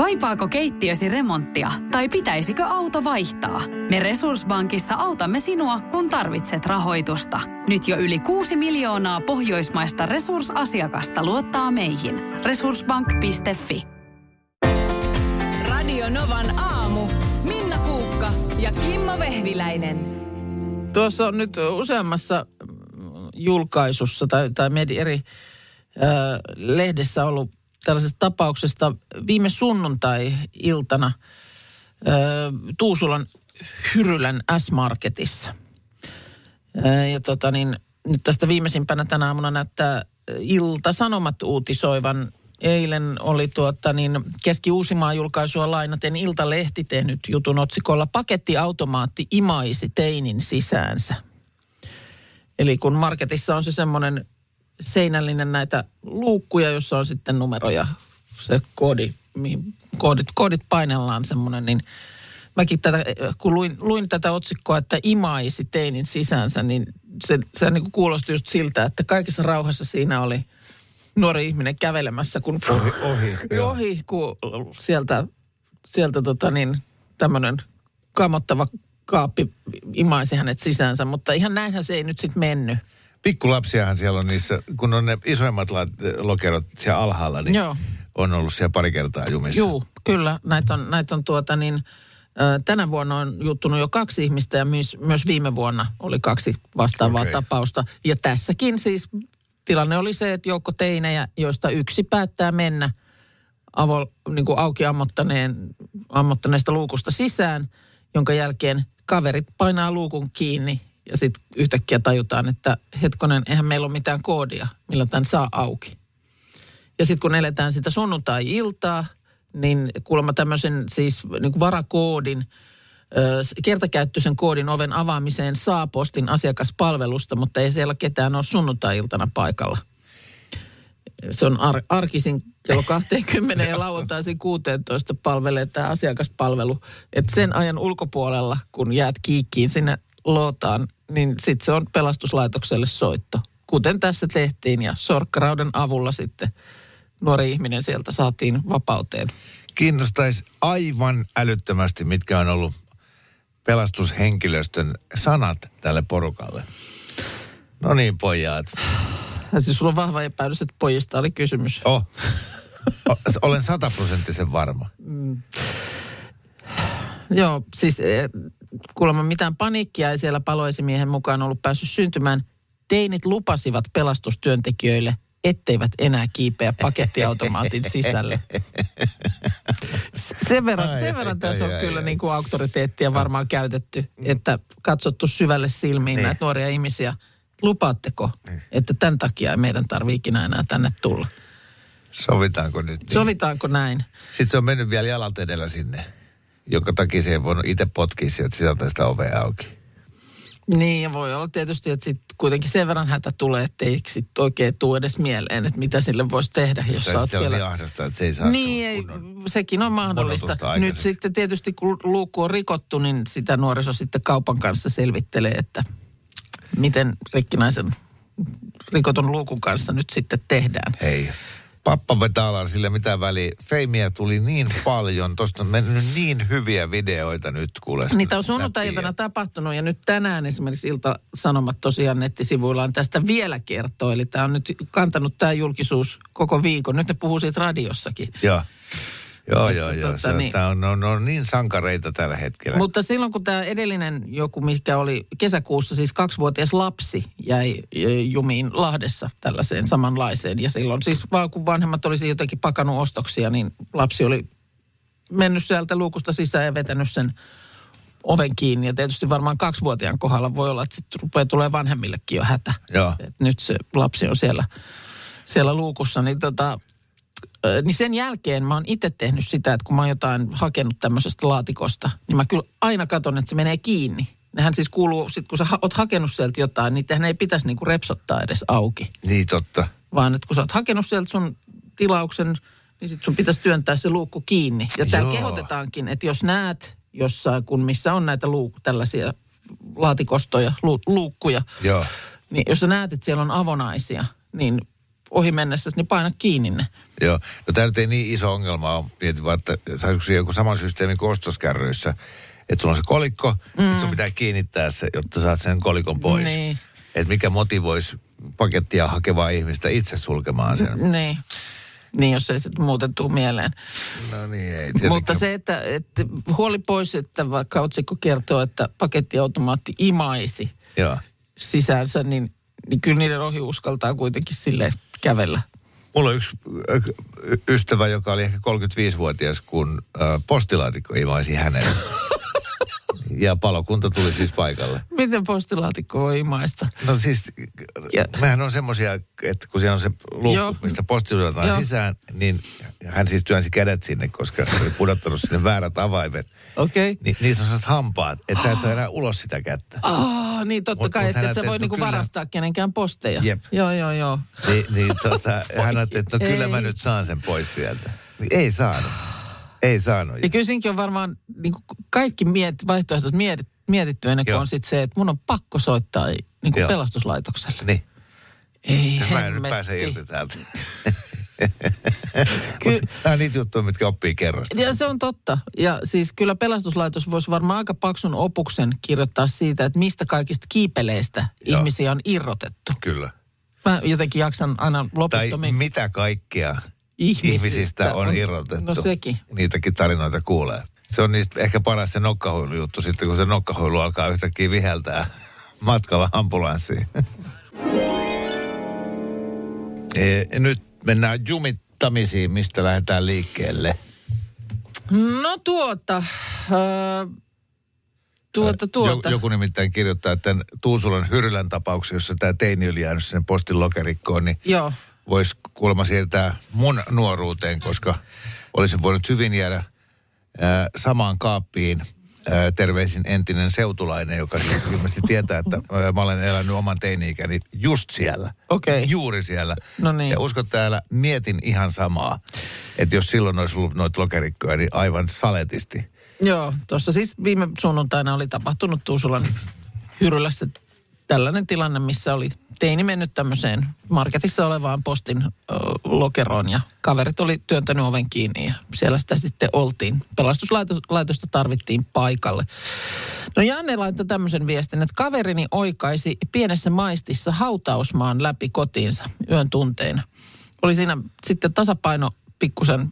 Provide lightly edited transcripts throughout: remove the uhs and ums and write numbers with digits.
Kaipaako keittiösi remonttia tai pitäisikö auto vaihtaa? Me Resurssbankissa autamme sinua, kun tarvitset rahoitusta. Nyt jo yli 6 miljoonaa pohjoismaista resursasiakasta luottaa meihin. Resurssbank.fi. Radio Novan aamu. Minna Kuukka ja Kimmo Vehviläinen. Tuossa on nyt useammassa julkaisussa tai eri lehdessä ollut tällaisesta tapauksesta viime sunnuntai-iltana Tuusulan Hyrylän S-Marketissa. Ja nyt tästä viimeisimpänä tänä aamuna näyttää Ilta-Sanomat uutisoivan. Eilen oli Keski-Uusimaan julkaisua lainaten Iltalehti tehnyt jutun otsikolla "Pakettiautomaatti imaisi teinin sisäänsä". Eli kun marketissa on se semmoinen seinällinen näitä luukkuja, jossa on sitten numeroja, se koodi, mihin koodit painellaan semmoinen, niin mäkin kun luin tätä otsikkoa, että imaisi teinin sisäänsä, niin se niin kuin kuulosti just siltä, että kaikessa rauhassa siinä oli nuori ihminen kävelemässä, kun ohi kun sieltä tämmöinen kamottava kaappi imaisi hänet sisäänsä, mutta ihan näinhän se ei nyt sitten mennyt. Pikkulapsiahan siellä on niissä, kun on ne isoimmat lokerot siellä alhaalla, niin joo, on ollut siellä pari kertaa jumissa. Joo, kyllä. Näitä on tänä vuonna on juttunut jo 2 ihmistä ja myös viime vuonna oli 2 vastaavaa tapausta. Ja tässäkin siis tilanne oli se, että joukko teinejä, joista yksi päättää mennä niin kuin auki ammottaneesta luukusta sisään, jonka jälkeen kaverit painaa luukun kiinni. Ja sitten yhtäkkiä tajutaan, että hetkonen, eihän meillä ole mitään koodia, millä tämän saa auki. Ja sitten kun eletään sitä sunnuntai-iltaa, niin kuulemma tämmöisen siis niin kuin varakoodin, kertakäyttöisen koodin oven avaamiseen saa postin asiakaspalvelusta, mutta ei siellä ketään ole sunnuntai-iltana paikalla. Se on arkisin kello 20 ja lauantaisin 16 palvelee tämä asiakaspalvelu. Että sen ajan ulkopuolella, kun jäät kiikkiin sinne lootaan, niin sitten se on pelastuslaitokselle soitto. Kuten tässä tehtiin ja sorkkarauden avulla sitten nuori ihminen sieltä saatiin vapauteen. Kiinnostaisi aivan älyttömästi, mitkä on ollut pelastushenkilöstön sanat tälle porukalle. No niin, pojat. Siis sulla on vahva epäilys, että pojista oli kysymys. Olen 100% varma. Joo, siis kuulemma mitään paniikkia ei siellä paloesimiehen mukaan ollut päässyt syntymään. Teinit lupasivat pelastustyöntekijöille, etteivät enää kiipeä pakettiautomaatin sisälle. Sen verran tässä on kyllä niin kuin auktoriteettia varmaan käytetty, että katsottu syvälle silmiin näitä nuoria ihmisiä. Lupaatteko, että tämän takia ei meidän tarvitse ikinä enää tänne tulla? Sovitaanko nyt? Niin? Sovitaanko näin? Sitten se on mennyt vielä jalat edellä sinne, jonka takia se ei voinut itse potkia sieltä sisältä sitä ovea auki. Niin, ja voi olla tietysti, että sitten kuitenkin sen verran hätä tulee, että ei sitten oikein tule edes mieleen, että mitä sille voisi tehdä, jos sä oot siellä. Tai sitten on ahdasta, että se ei saa niin, sekin on mahdollista. Nyt sitten tietysti, kun luukku on rikottu, niin sitä nuoriso sitten kaupan kanssa selvittelee, että miten rikkinäisen rikotun luukun kanssa nyt sitten tehdään. Hei, pappa vetää sille mitä väliä. Feimiä tuli niin paljon, tuosta on mennyt niin hyviä videoita nyt kuule. Niitä on sunnuntai-iltana tapahtunut ja nyt tänään esimerkiksi Ilta-Sanomat tosiaan nettisivuillaan tästä vielä kertoo. Eli tämä on nyt kantanut tämä julkisuus koko viikon. Nyt ne puhuu siitä radiossakin. Joo. Tämä on niin sankareita tällä hetkellä. Mutta silloin kun tämä edellinen joku, mikä oli kesäkuussa, siis 2-vuotias lapsi jäi jumiin Lahdessa tällaiseen samanlaiseen. Ja silloin siis vaan kun vanhemmat olisi jotenkin pakannut ostoksia, niin lapsi oli mennyt sieltä luukusta sisään ja vetänyt sen oven kiinni. Ja tietysti varmaan 2-vuotiaan kohdalla voi olla, että sitten rupeaa tulee vanhemmillekin jo hätä. Joo. Että nyt se lapsi on siellä luukussa, niin sen jälkeen mä oon itse tehnyt sitä, että kun mä oon jotain hakenut tämmöisestä laatikosta, niin mä kyllä aina katson, että se menee kiinni. Nehän siis kuuluu, sit kun sä oot hakenut sieltä jotain, niin tehän ei pitäisi niinku repsottaa edes auki. Niin totta. Vaan että kun sä oot hakenut sieltä sun tilauksen, niin sit sun pitäisi työntää se luukku kiinni. Ja täällä kehotetaankin, että jos näet jossain, missä on näitä tällaisia laatikostoja, luukkuja, niin jos sä näet, että siellä on avonaisia, niin ohi mennessäsi, niin paina kiinni ne. Joo. No tämä nyt ei niin iso ongelma ole. Mietin vaan, että saisiko joku saman systeemin kuin ostoskärryissä. Että sulla on se kolikko, sitten sun pitää kiinnittää se, jotta saat sen kolikon pois. Niin. Että mikä motivoisi pakettia hakevaa ihmistä itse sulkemaan sen. Niin, jos ei sitten muuten tule mieleen. No niin, ei tietenkään. Mutta se, että huoli pois, että vaikka otsikko kertoo, että pakettiautomaatti imaisi sisäänsä, niin kyllä niiden ohi uskaltaa kuitenkin silleen kävellä. Mulla on yksi ystävä, joka oli ehkä 35-vuotias, kun postilaatikko imaisi hänelle. Ja palokunta tuli siis paikalle. Miten postilaatikko voi imaista? No siis, mehän on semmoisia, että kun siellä on se luukku, mistä posti otetaan sisään, niin hän siis työnsi kädet sinne, koska oli pudottanut sinne väärät avaimet. Okei. Niin niissä on sellaiset hampaat, että sä et saa enää ulos sitä kättä. Niin totta kai, että sä voi niinku varastaa kenenkään posteja. Jep. Joo. Hän ajatteli, että kyllä mä nyt saan sen pois sieltä. Ei saanut. Ja kyllä siinkin on varmaan niin kaikki vaihtoehdot mietitty ennen kuin on sitten se, että mun on pakko soittaa niin pelastuslaitokselle. Niin. Ei mä en nyt pääse irti täältä. Nämä on niitä juttuja, mitkä oppii kerrasta. Ja se on totta. Ja siis kyllä pelastuslaitos voisi varmaan aika paksun opuksen kirjoittaa siitä, että mistä kaikista kiipeleistä ihmisiä on irrotettu. Kyllä. Mä jotenkin jaksan aina loputtomiin. Tai mitä kaikkea ihmisistä on irrotettu. No sekin. Niitäkin tarinoita kuulee. Se on niistä ehkä paras se nokkahuilu-juttu sitten, kun se nokkahuilu alkaa yhtäkkiä viheltää matkalla ambulanssiin. Nyt mennään jumittamisiin, mistä lähdetään liikkeelle. No Joku nimittäin kirjoittaa, että Tuusulan Hyrylän tapauksessa, jossa tämä teini oli jäänyt sinne postin lokerikkoon, niin voisi kuulemma siirtää mun nuoruuteen, koska olisin voinut hyvin jäädä samaan kaappiin. Terveisin entinen seutulainen, joka ilmeisesti tietää, että mä olen elänyt oman teini-ikäni just siellä. Okei. Juuri siellä. No niin. Ja uskon täällä, mietin ihan samaa, että jos silloin olisi ollut noita lokerikkoja, niin aivan saletisti. Joo, tuossa siis viime sunnuntaina oli tapahtunut Tuusulan Hyrylässä tällainen tilanne, missä oli teini mennyt tämmöiseen marketissa olevaan postin lokeroon ja kaverit oli työntänyt oven kiinni ja siellä sitä sitten oltiin. Pelastuslaitosta tarvittiin paikalle. No Janne laittoi tämmöisen viestin, että kaverini oikaisi pienessä maistissa hautausmaan läpi kotiinsa yön tunteina. Oli siinä sitten tasapaino pikkusen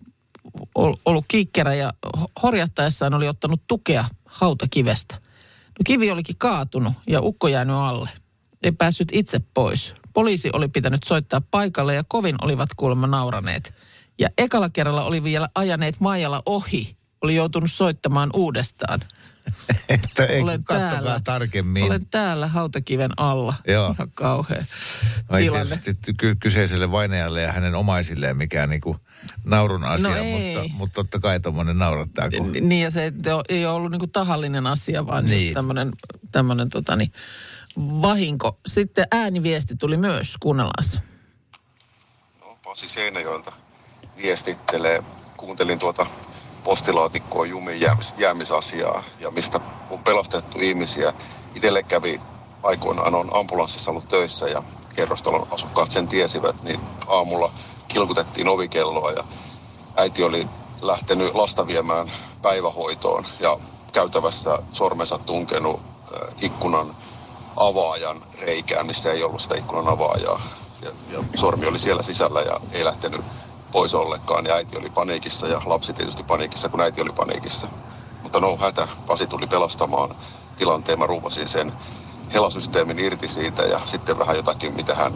ollut kiikkerä ja horjattaessaan oli ottanut tukea hautakivestä. No kivi olikin kaatunut ja ukko jäänyt alle. Ei päässyt itse pois. Poliisi oli pitänyt soittaa paikalle ja kovin olivat kuulemma nauraneet. Ja ekalla kerralla oli vielä ajaneet Maijalla ohi. Oli joutunut soittamaan uudestaan. Että katsokaa tarkemmin. Olen täällä hautakiven alla. Joo. Ihan kauhea tilanne. Tietysti kyseiselle vainajalle ja hänen omaisilleen mikään niinku naurun asia, mutta totta kai tommoinen naurattaa. Niin ja se ei ole ollut niinku tahallinen asia, vaan just tämmöinen vahinko. Sitten ääniviesti tuli myös, kuunnellaan. No, Pasi Seinäjoelta viestittelee. Kuuntelin postilaatikkoon jumiin jäämisasiaa ja mistä on pelastettu ihmisiä. Itselle kävi aikoinaan, on ambulanssissa ollut töissä ja kerrostalon asukkaat sen tiesivät, niin aamulla kilkutettiin ovikelloa ja äiti oli lähtenyt lasta viemään päivähoitoon ja käytävässä sormensa tunkenut ikkunan avaajan reikään, missä ei ollut sitä ikkunan avaajaa. Ja sormi oli siellä sisällä ja ei lähtenyt pois ollenkaan. Ja äiti oli paniikissa ja lapsi tietysti paniikissa, kun äiti oli paniikissa. Mutta no hätä, Pasi tuli pelastamaan tilanteen. Mä ruuvasin sen helasysteemin irti siitä ja sitten vähän jotakin, mitä hän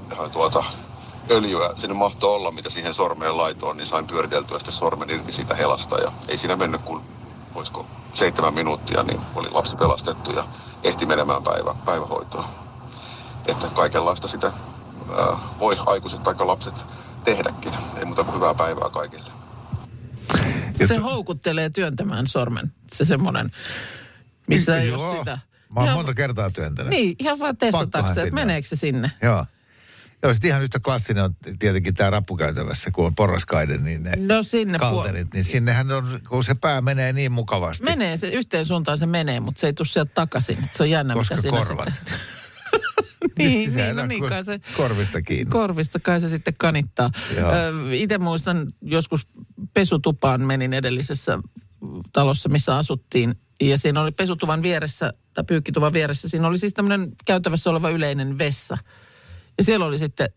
öljyä sinne mahtoi olla, mitä siihen sormeen laitoon, niin sain pyöriteltyä sitten sormen irti siitä helasta. Ja ei siinä mennyt kuin, voisiko 7 minuuttia, niin oli lapsi pelastettu ja ehti menemään päivähoitoon. Että kaikenlaista sitä voi aikuiset tai lapset tehdäkin. Ei muuta kuin hyvää päivää kaikille. Se houkuttelee työntämään sormen. Se semmoinen, missä ei ole sitä. Mä oon monta kertaa työntänyt. Niin, ihan vaan testatakseen, että meneekö se sinne. Joo, sitten ihan yhtä klassinen on tietenkin tämä rappukäytävässä, kun on porraskaide, niin ne kalterit, niin sinnehän on, kun se pää menee niin mukavasti. Menee, se yhteen suuntaan se menee, mutta se ei tule sieltä takaisin. Se on jännä, koska mitä siinä korvat. Niin, no niin kai se... Korvista kiinni. Korvista kai se sitten kanittaa. Itse muistan, joskus pesutupaan menin edellisessä talossa, missä asuttiin. Ja siinä oli pesutuvan vieressä, tai pyykkituvan vieressä, siinä oli siis tämmöinen käytävässä oleva yleinen vessa. Ja siellä oli sitten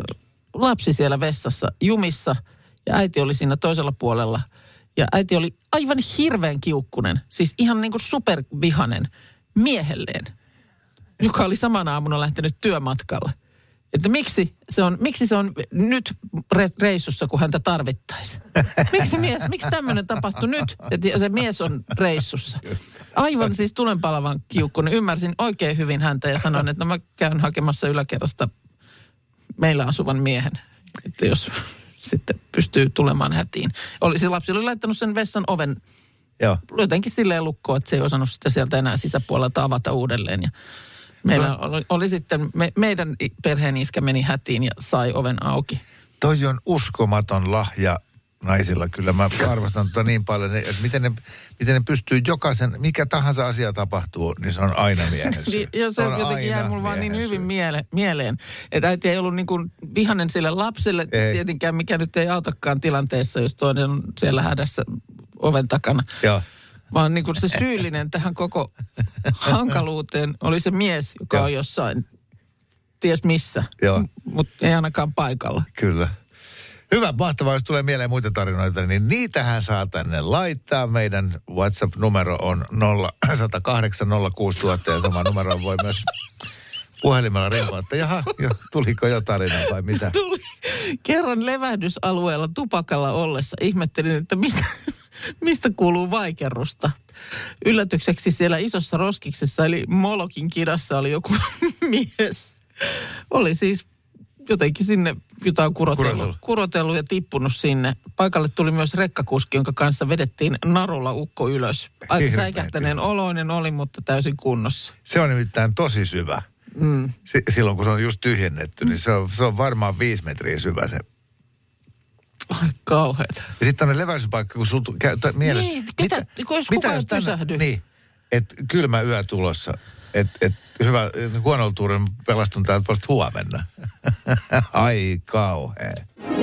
lapsi siellä vessassa jumissa, ja äiti oli siinä toisella puolella. Ja äiti oli aivan hirveän kiukkunen, siis ihan niin kuin supervihanen miehelleen, joka oli samana aamuna lähtenyt työmatkalle. Että miksi se on nyt reissussa, kun häntä tarvittaisiin? Miksi tämmöinen tapahtui nyt, että se mies on reissussa? Aivan siis tulenpalavan kiukkunen. Ymmärsin oikein hyvin häntä ja sanoin, että mä käyn hakemassa yläkerrasta meillä asuvan miehen, että jos sitten pystyy tulemaan hätiin. Lapsi oli laittanut sen vessan oven jotenkin silleen lukkoon, että se ei osannut sitä sieltä enää sisäpuolelta avata uudelleen. Ja meillä oli sitten, meidän perheen iskä meni hätiin ja sai oven auki. Toi on uskomaton lahja naisilla. Kyllä mä arvostan niin paljon, että miten ne pystyy jokaisen, mikä tahansa asia tapahtuu, niin se on aina miehessä. Ja se jotenkin jäi mulle vaan niin hyvin mieleen. Että äiti ei ollut niin kuin vihainen sille lapselle, tietenkään mikä nyt ei autakaan tilanteessa, jos toinen on siellä hädässä oven takana. Joo. Vaan niin kuin se syyllinen tähän koko hankaluuteen oli se mies, joka on jossain, ties missä, mutta ei ainakaan paikalla. Kyllä. Hyvä, mahtavaa, jos tulee mieleen muita tarinoita, niin niitähän saa tänne laittaa. Meidän WhatsApp-numero on 0108 06000 ja sama numero voi myös puhelimella rempauttaa. Jaha, tuliko jo tarina vai mitä? Tuli. Kerran levähdysalueella tupakalla ollessa ihmettelin, että mistä kuuluu vaikerrusta. Yllätykseksi siellä isossa roskiksessa, eli Molokin kidassa oli joku mies. Oli siis jotenkin sinne jotain kurotellut ja tippunut sinne. Paikalle tuli myös rekkakuski, jonka kanssa vedettiin narulla ukko ylös. Aika säikähtäneen oloinen oli, mutta täysin kunnossa. Se on nimittäin tosi syvä. Silloin kun se on just tyhjennetty, niin se on varmaan 5 metriä syvä se. Ai kauheeta. Ja sitten on levähdyspaikka, kun sulla mielessä... Niin, jos kukaan ei pysähdy. Niin, että kylmä yö tulossa. Että hyvä, huonolla tuuren pelastun täältä vasta huomenna. Ai kauhea.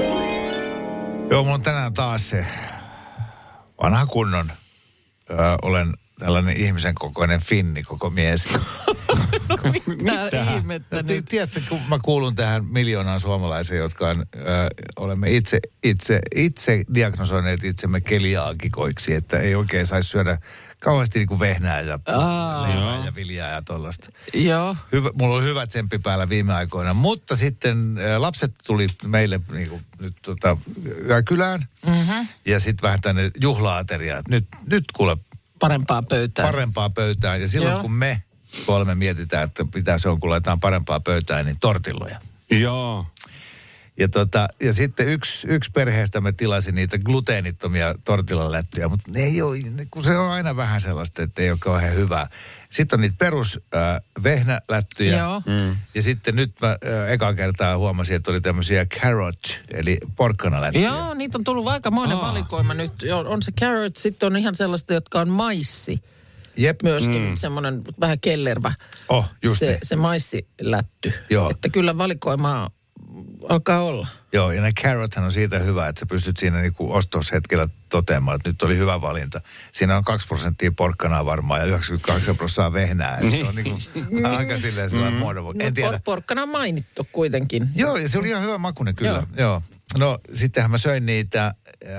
Joo, mulla on tänään taas se vanha kunnon. Olen tällainen ihmisen kokoinen finni, koko mies. Mitä ihmettä nyt? Tiedätkö, kun mä kuulun tähän miljoonaan suomalaiseen, jotka olemme itse diagnosoineet itsemme keliaakikoiksi, että ei oikein saisi syödä kauheasti niin kuin vehnää ja leivää ja viljaa ja tollaista. Joo. Mulla oli hyvä tsemppi päällä viime aikoina, mutta sitten lapset tuli meille niin kuin, nyt yökylään ja sitten vähän tänne juhla-ateriaan. Nyt kuule parempaa pöytään. Ja silloin kun me 3 mietitään, että mitä se on, kun laitetaan parempaa pöytään, niin tortilloja. Joo. Ja sitten yksi perheestä me tilasi niitä gluteenittomia tortillalättyjä, mutta ne ei ole, kun se on aina vähän sellaista, että ei ole kauhean hyvää. Sitten on niitä perus vehnälättyjä. Joo. Ja sitten nyt mä ekaa kertaa huomasin, että oli tämmöisiä carrot, eli porkkanalättyjä. Joo, niitä on tullut aikamoinen valikoima nyt. On se carrot, sitten on ihan sellaista, jotka on maissi. Jep. Myöskin semmoinen vähän kellervä. Just se maissilätty. Joo. Että kyllä valikoimaa alkaa olla. Joo, ja ne carrothan on siitä hyvä, että sä pystyt siinä niinku ostoshetkellä toteamaan, että nyt oli hyvä valinta. Siinä on 2% porkkanaa varmaan ja 98% vehnää. Se on niinku aika silleen sellainen muodon. En tiedä. Porkkana on mainittu kuitenkin. Joo, ja se oli ihan hyvä makuinen kyllä. Joo. No, sittenhän mä söin niitä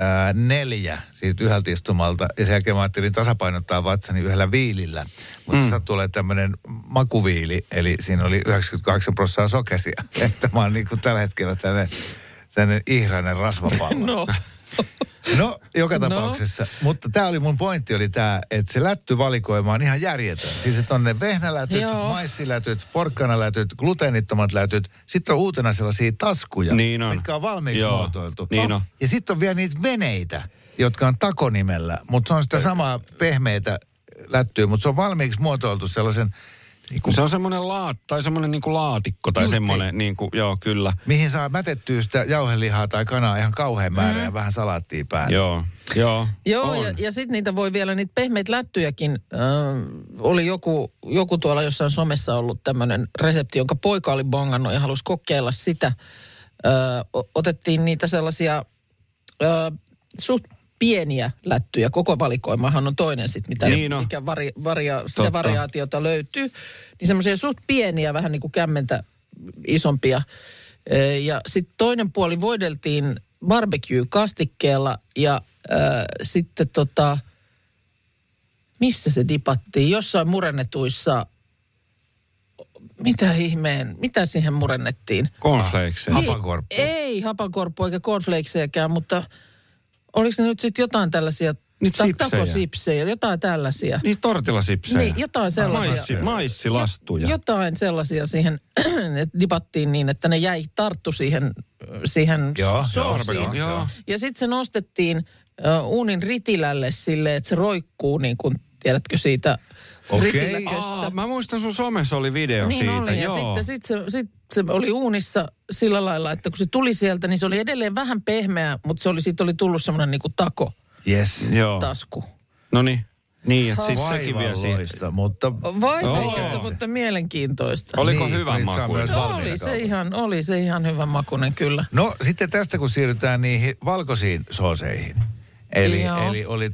4 siitä yhdeltä istumalta ja sen jälkeen mä ajattelin tasapainottaa vatsani yhdellä viilillä. Mutta sattuu olemaan tämmöinen makuviili, eli siinä oli 98% sokeria. Että mä oon niinku tällä hetkellä tämmöinen ihrainen rasvapallo. No, joka tapauksessa. Mutta tämä oli mun pointti, oli tämä, että se lättyvalikoima on ihan järjetön. Siis että on ne vehnälätyt, maissilätyt, porkkanalätyt, gluteenittomat lätyt. Sitten on uutena sellaisia taskuja, mitkä on valmiiksi muotoiltu. Niin on. Ja sitten on vielä niitä veneitä, jotka on takonimellä. Mutta se on sitä samaa pehmeitä lättyä, mutta se on valmiiksi muotoiltu sellaisen Se on semmoinen semmoinen niinku laatikko tai semmoinen, niinku, joo kyllä. Mihin saa mätettyä sitä jauhelihaa tai kanaa ihan kauhean määrä ja vähän salaattia päälle. Joo. Ja sitten niitä voi vielä, niitä pehmeitä lättyjäkin. Oli joku tuolla jossain somessa ollut tämmöinen resepti, jonka poika oli bongannut ja halusi kokeilla sitä. Otettiin niitä sellaisia suht pieniä lättyjä. Koko valikoimahan on toinen sitten, mikä sitä variaatiota löytyy. Niin semmoisia suht pieniä, vähän niin kuin kämmentä isompia. Ja sitten toinen puoli voideltiin barbecue-kastikkeella ja sitten missä se dipattiin? Jossain murennetuissa, mitä siihen murennettiin? Cornflakesia. Hapankorppu. Ei hapankorppu eikä cornflakesejakään, mutta oliko se nyt sitten jotain tällaisia takosipsejä, jotain tällaisia? Niin tortillasipsejä. Niin, jotain sellaisia. Maissilastuja. Jotain sellaisia siihen, että dipattiin niin, että ne tarttu siihen soosiin. Ja sitten se nostettiin uunin ritilälle silleen, että se roikkuu niin kuin, tiedätkö siitä ritiläköstä. Mä muistan sun somessa oli video niin siitä. Oli, joo. Ja sitten se oli uunissa sillä lailla, että kun se tuli sieltä, niin se oli edelleen vähän pehmeä, mutta siitä oli tullut semmoinen niin kuin tasku. No niin, että sitten sekin vie siihen. Vaivaista, mutta mielenkiintoista. Oliko hyvä makuinen? Oli se ihan hyvä makuinen, kyllä. No sitten tästä kun siirrytään niihin valkoisiin sooseihin. Eli oli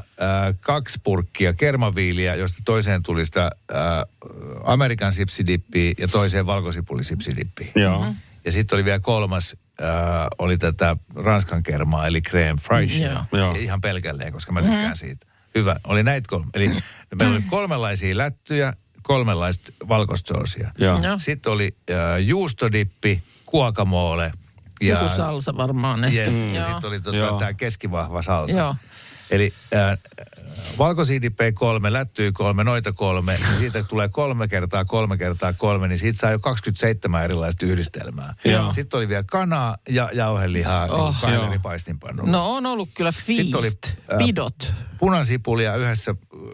2 purkkia kermaviiliä, josta toiseen tuli sitä Amerikan sipsidippiä ja toiseen valkosipulisipsidippiä. Joo. Ja sitten oli vielä 3, oli tätä ranskan kermaa, eli crème fraîche. Ihan pelkälleen, koska mä tykkään siitä. Hyvä, oli näitä 3. Eli meillä oli 3 lättyjä, 3 valkoista soosia. Sitten oli juustodippi, guacamole. Joku salsa varmaan. Yes, ja sitten oli tämä keskivahva salsa. Joo. Eli valkoisia dippejä 3, lättyjä 3, noita 3. Niin siitä tulee 3 kertaa 3 kertaa 3, niin siitä saa jo 27 erilaista yhdistelmää. Joo. Sitten oli vielä kanaa ja jauhelihaa kaileripaistinpannulla. No on ollut kyllä feast. Oli, pidot. Punasipulia yhdessä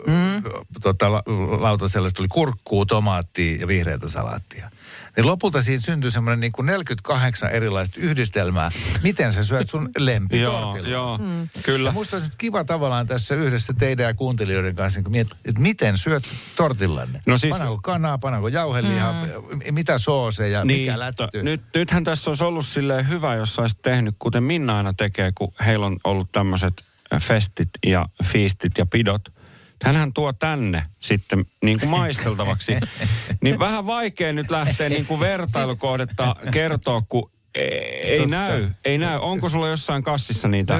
lautasella. Tuli kurkkuu, tomaattia ja vihreätä salaattia. Niin lopulta siitä syntyi semmoinen niin kuin 48 erilaista yhdistelmää. Miten sä syöt sun lempitortilla? Joo, kyllä. Ja musta olisi nyt kiva tavallaan tässä yhdessä teidän ja kuuntelijoiden kanssa, että miten syöt tortillanne? No siis, panaanko kanaa, panaanko jauhelihaa, mitä sooseja, mikä lätty? Nythän tässä olisi ollut silleen hyvä, jos sä olisit tehnyt, kuten Minna aina tekee, kun heillä on ollut tämmöiset festit ja feastit ja pidot. Hänhän tuo tänne sitten niin kuin maisteltavaksi. Niin vähän vaikea nyt lähteä niin kuin vertailukohdetta kertoa, kun ei näy. Onko sulla jossain kassissa niitä?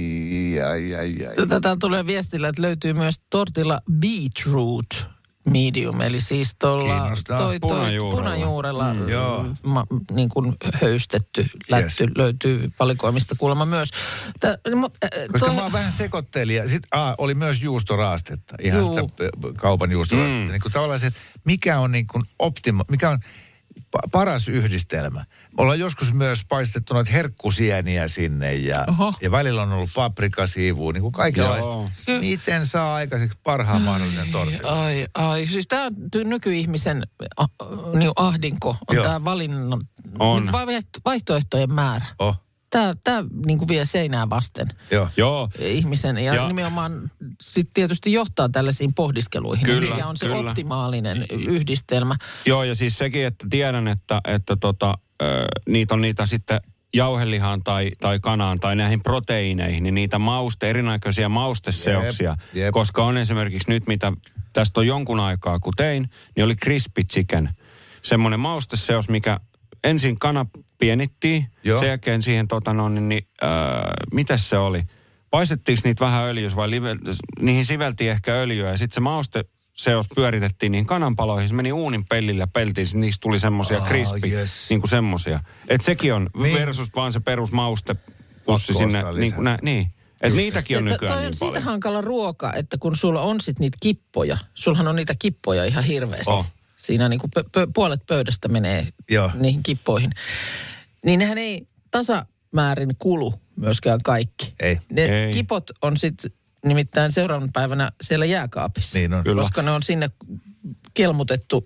Tätä tulee viestillä, että löytyy myös tortilla beetroot medium, eli siis tuolla punajuurella niin kuin höystetty lätty löytyy valikoimista kuulemma myös. Koska mä oon vähän sekoittelija. Sitten oli myös juustoraastetta, ihan sitä kaupan juustoraastetta. Niin kuin tavallaan se, että mikä on niin kuin mikä on paras yhdistelmä. Ollaan joskus myös paistettu noita herkkusieniä sinne ja välillä on ollut paprikasiivua, niin kuin kaikenlaista. Miten saa aikaiseksi parhaan mahdollisen tortin? Ai. Siis tämä on nykyihmisen ahdinko, on tämä valinnan, vaihtoehtojen määrä. Tämä niin kuin vie seinää vasten ihmisen ja nimenomaan sitten tietysti johtaa tällaisiin pohdiskeluihin. Kyllä, mikä on se optimaalinen yhdistelmä. Joo, ja siis sekin, että tiedän, että niitä on niitä sitten jauhelihaan tai kanaan tai näihin proteiineihin, niin niitä erinäköisiä mausteseoksia. Jep. Koska on esimerkiksi nyt, mitä tästä on jonkun aikaa kun tein, niin oli crispy chicken. Semmoinen mausteseos, mikä ensin kana pienittiin, sen jälkeen siihen mitäs se oli? Paistettiinko niitä vähän öljyssä vai niihin siveltiin ehkä öljyä ja sitten se mausteseos pyöritettiin niihin kananpaloihin, se meni uunin pellillä peltiin, niistä tuli semmosia crispy, niin kuin semmosia. Että sekin on versus vaan se perusmaustepussi sinne, niin. Että niitäkin on nykyään niin paljon. Siitä hankala ruoka, että kun sulla on sit niitä kippoja, sulhan on niitä kippoja ihan hirveästi. Siinä niin kuin puolet pöydästä menee niihin kippoihin. Niin nehän ei tasamäärin kulu myöskään kaikki. Ei. Kipot on sitten nimittäin seuraavan päivänä siellä jääkaapissa. Niin on. Koska ne on sinne kelmutettu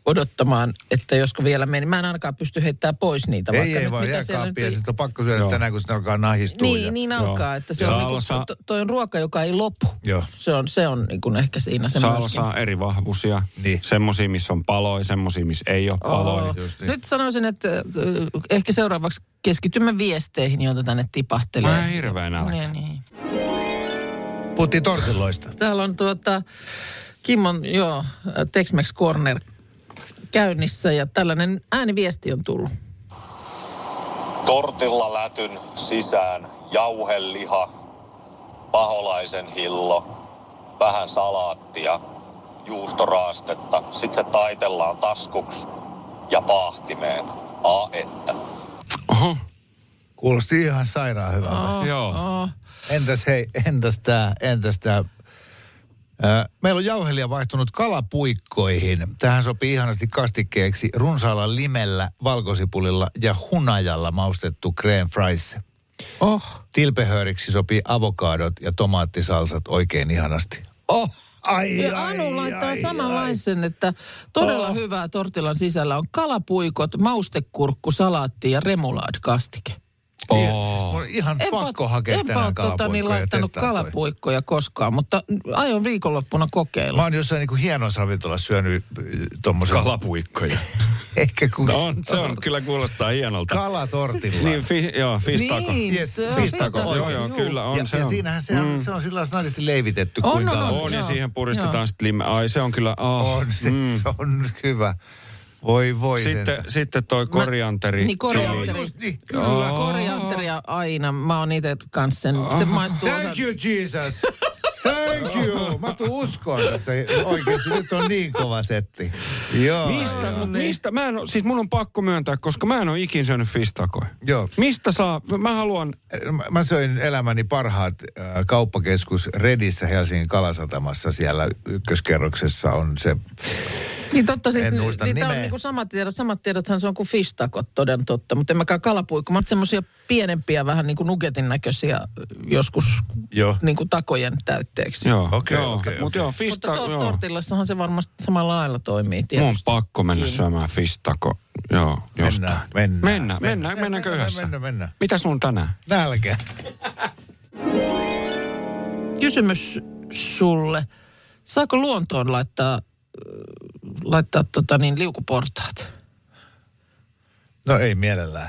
odottamaan, että josko vielä meni. Mä en ainakaan pysty heittämään pois niitä. Ei vaan jääkaappia, sitten on pakko syödä tänään, kun sitä alkaa nahistua. Niin alkaa, että se on niinku, toi on ruoka, joka ei lopu. Joo. Se on niin kuin ehkä siinä se saa eri vahvuisia. Niin. Semmoisia, missä on paloja, semmoisia, missä ei ole paloja. Niin. Nyt sanoisin, että ehkä seuraavaksi keskitymme viesteihin, joita tänne tipahtelee. Mä hirveän nälkä. Niin. Puhuttiin tortilloista. Täällä on Kimmon, Tex-Mex Corner käynnissä ja tällainen ääniviesti on tullut. Tortillalätyn sisään jauheliha, paholaisen hillo, vähän salaattia, juustoraastetta. Sitten se taitellaan taskuksi ja paahtimeen. Että. Oho. Kuulosti ihan sairaan hyvältä. Joo. Entäs tää? Meillä on jauhelia vaihtunut kalapuikkoihin. Tähän sopii ihanasti kastikkeeksi runsaalla limellä, valkosipulilla ja hunajalla maustettu crème fraise. Tilpehööriksi sopii avokadot ja tomaattisalsat oikein ihanasti. Anu laittaa samanlaisen, että todella hyvää tortillan sisällä on kalapuikot, maustekurkku, salaatti ja remoulade-kastike. Ihan pakko hakea tänään kalapuikkoja laittanut kalapuikkoja koskaan, mutta aion viikonloppuna kokeilla. Mä oon jossain niin kuin hienossa ravintolassa syönyt tommosen kalapuikkoja. Ehkä kun... No se on, kyllä kuulostaa hienolta. Kalatortilla. Niin, fistako. Niin, fistako. Joo, kyllä on. Ja siinähän se on sillä lailla snadisti leivitetty kuin kalapuikko. On, ja siihen puristetaan sitten lime. Ai se on kyllä... Se on hyvä. Voi Sitten toi korianteri. Niin korianteri. Kyllä. Korianteria aina. Mä oon itse kanssa sen. Se maistuu... Thank you, Jesus. Thank you. Mä tuun uskoon tässä oikeasti. Nyt on niin kova setti. Joo. Mistä? Siis mun on pakko myöntää, koska mä en ole ikin syönyt fistakoja. Joo. Mistä saa? Mä haluan... Mä söin elämäni parhaat kauppakeskus Redissä Helsingin Kalasatamassa. Siellä ykköskerroksessa on se... Niin totta, siis niitä on niinku samat tiedothan se on kuin fistakot, toden totta. Mutta en mäkään kalapuikko, mutta semmoisia pienempiä, vähän niin kuin nugetin näköisiä joskus niin kuin takojen täytteeksi. Joo, okei. Mutta tortillassahan se varmasti samalla lailla toimii tietysti. Mun on pakko mennä syömään fistako. Joo, jostain. Mennäänkö yhdessä? Mennään. Mitä sun tänään? Nälkä. Kysymys sulle. Saako luontoon laittaa liukuportaat? No ei mielellään.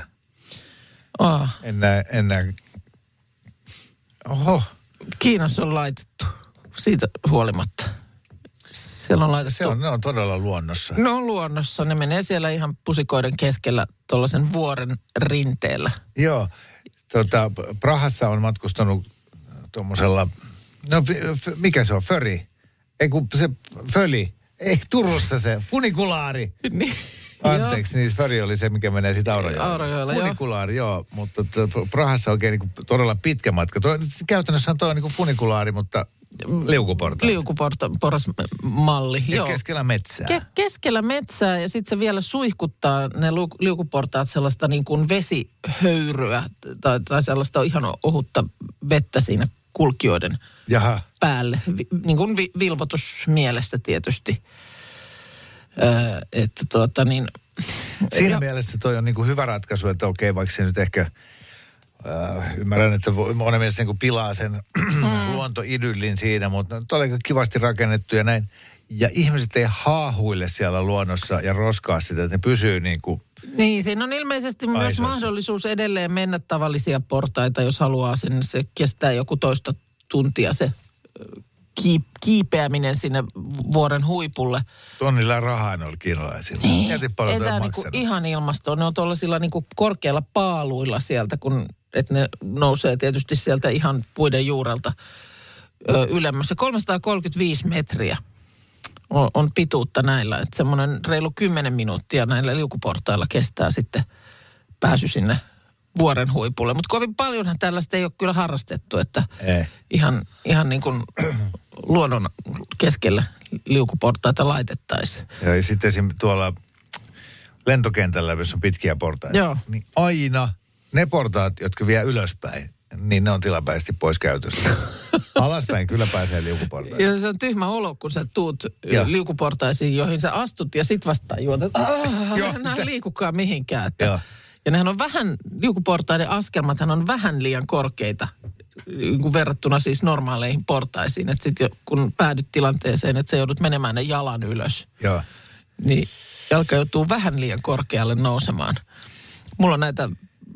En näe. Oho. Kiinassa on laitettu siitä huolimatta. Siellä on laitettu. Ne on todella luonnossa. Ne on luonnossa. Ne menee siellä ihan pusikoiden keskellä tuollaisen vuoren rinteellä. Joo. Prahassa on matkustanut tuommoisella, mikä se on, föri? Ei kun se föli. Ei, Turussa se, funikulaari. Niin. Anteeksi, niin föri oli se, mikä menee sitten Aurajoella. Funikulaari, joo. Mutta Prahassa oikein niin kuin todella pitkä matka. Käytännössä on niin kuin funikulaari, mutta liukuportaat. Liukuportasmalli, joo. Keskellä metsää. Keskellä metsää ja sitten se vielä suihkuttaa ne liukuportaat sellaista niin kuin vesihöyryä tai sellaista ihan ohutta vettä siinä kulkijoiden päälle. Niin kuin vilvotusmielessä tietysti. Siinä mielessä toi on niin kuin hyvä ratkaisu, että okei, vaikka se nyt ehkä ymmärrän, että monen mielestä niin kuin pilaa sen luontoidyllin siinä, mutta on aika kivasti rakennettu ja näin. Ja ihmiset ei haahuille siellä luonnossa ja roskaa sitä, että ne pysyy niin kuin... Niin, siinä on ilmeisesti myös mahdollisuus edelleen mennä tavallisia portaita, jos haluaa sen. Se kestää joku toista tuntia se kiipeäminen sinne vuoren huipulle. Tonnilla rahaa ne oli kiinalaisilla. Niin. Etää niinku ihan ilmastoon. Ne on tuollaisilla niinku korkeilla paaluilla sieltä, että ne nousee tietysti sieltä ihan puiden juurelta ylemmässä. 335 metriä on pituutta näillä. Että semmoinen reilu 10 minuuttia näillä liukuportailla kestää sitten pääsy sinne vuoren huipulle. Mutta kovin paljonhan tällaista ei ole kyllä harrastettu, että ihan niin kuin luonnon keskellä liukuportaita laitettaisiin. Ja sitten esimerkiksi tuolla lentokentällä, jossa on pitkiä portaita, niin aina ne portaat, jotka vie ylöspäin, niin ne on tilapäisesti pois käytössä. Alaspäin kyllä pääsee liukuportaisiin. Ja se on tyhmä olo, kun sä tuut liukuportaisiin, joihin sä astut ja sit vasta juotat, nämä ei liikukaan mihinkään. Ja nehän on vähän, liukuportaiden askelmathan on vähän liian korkeita, kun verrattuna siis normaaleihin portaisiin. Että sitten kun päädyt tilanteeseen, että sä joudut menemään ne jalan ylös, niin jalka joutuu vähän liian korkealle nousemaan. Mulla on näitä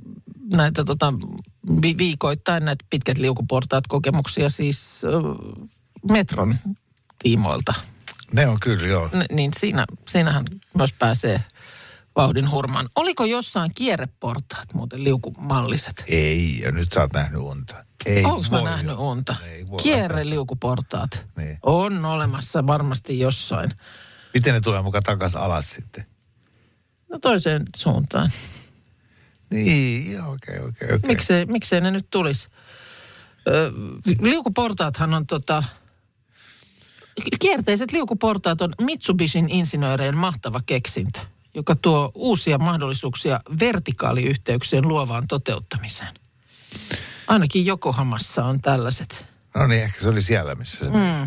viikoittain näitä pitkät liukuportaat kokemuksia siis metron tiimoilta. Ne on kyllä, joo. Niin siinähän myös pääsee vauhdin hurmaan. Oliko jossain kierreportaat muuten liukumalliset? Ei, ja nyt sä oot nähnyt unta. Onko mä nähnyt unta? Kierreliukuportaat. Niin. On olemassa varmasti jossain. Miten ne tulee mukaan takaisin alas sitten? No toiseen suuntaan. Niin, okei. Miksei ne nyt tulisi? Liukuportaathan on kierteiset liukuportaat on Mitsubishin insinöörien mahtava keksintö, joka tuo uusia mahdollisuuksia vertikaaliyhteyksien luovaan toteuttamiseen. Ainakin Yokohamassa on tällaiset. No niin, ehkä se oli siellä, missä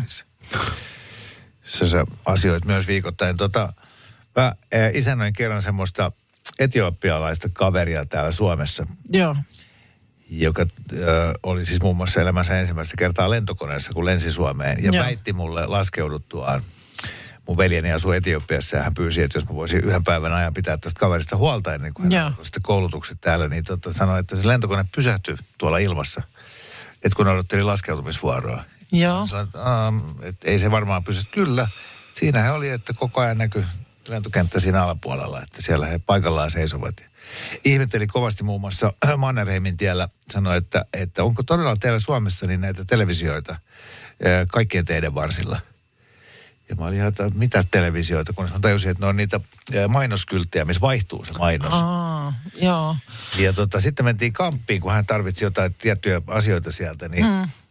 sä asioit myös viikoittain. Mä isännöin kerran semmoista etiopialaista kaveria täällä Suomessa. Joo. Joka oli siis muun muassa elämänsä ensimmäistä kertaa lentokoneessa, kun lensi Suomeen. Ja väitti mulle laskeuduttuaan, mun veljeni asui Etiopiassa ja hän pyysi, että jos mä voisin yhden päivän ajan pitää tästä kaverista huolta ennen kuin hän on sitten koulutukset täällä, niin sanoi, että se lentokone pysähtyi tuolla ilmassa, että kun odotteli laskeutumisvuoroa. Joo. Sanoin, että ei se varmaan pysy. Kyllä, siinä he oli, että koko ajan näkyi lentokenttä siinä alapuolella, että siellä he paikallaan seisovat. Ihmetteli kovasti muun muassa Mannerheimin tiellä, sanoi, että onko todella teillä Suomessa niin näitä televisioita kaikkien teiden varsilla. Ja mä olin ihan, että mitä televisioita, kun mä tajusin, että ne on niitä mainoskylttejä, missä vaihtuu se mainos. Joo. Ja sitten mentiin kamppiin, kun hän tarvitsi jotain tiettyjä asioita sieltä, niin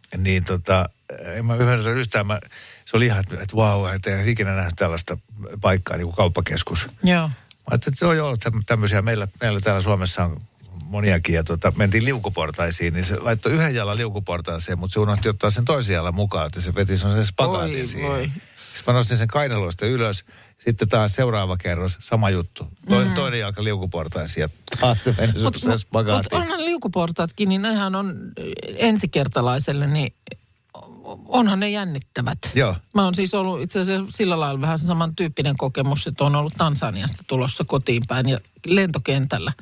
en mä ymmärrä yhtään, se oli ihan, että vau, että ei ikinä nähnyt tällaista paikkaa, niin kuin kauppakeskus. Joo. Mä ajattelin, että joo, tämmöisiä meillä täällä Suomessa on moniakin, ja mentiin liukuportaisiin, niin se laittoi yhden jalan liukuportaaseen, mutta se unohti ottaa sen toisen jalan mukaan, että se veti sen spagaatin siihen. Sitten mä nostin sen kainaloista ylös, sitten taas seuraava kerros, sama juttu. Toinen jalka liukuportaisiin ja taas se meni sen spagaatiin. Mutta onhan liukuportaatkin, niin nehän on ensikertalaiselle, niin onhan ne jännittävät. Joo. Mä oon siis ollut itse asiassa sillä lailla vähän samantyyppinen kokemus, että on ollut Tansaniasta tulossa kotiin päin ja lentokentällä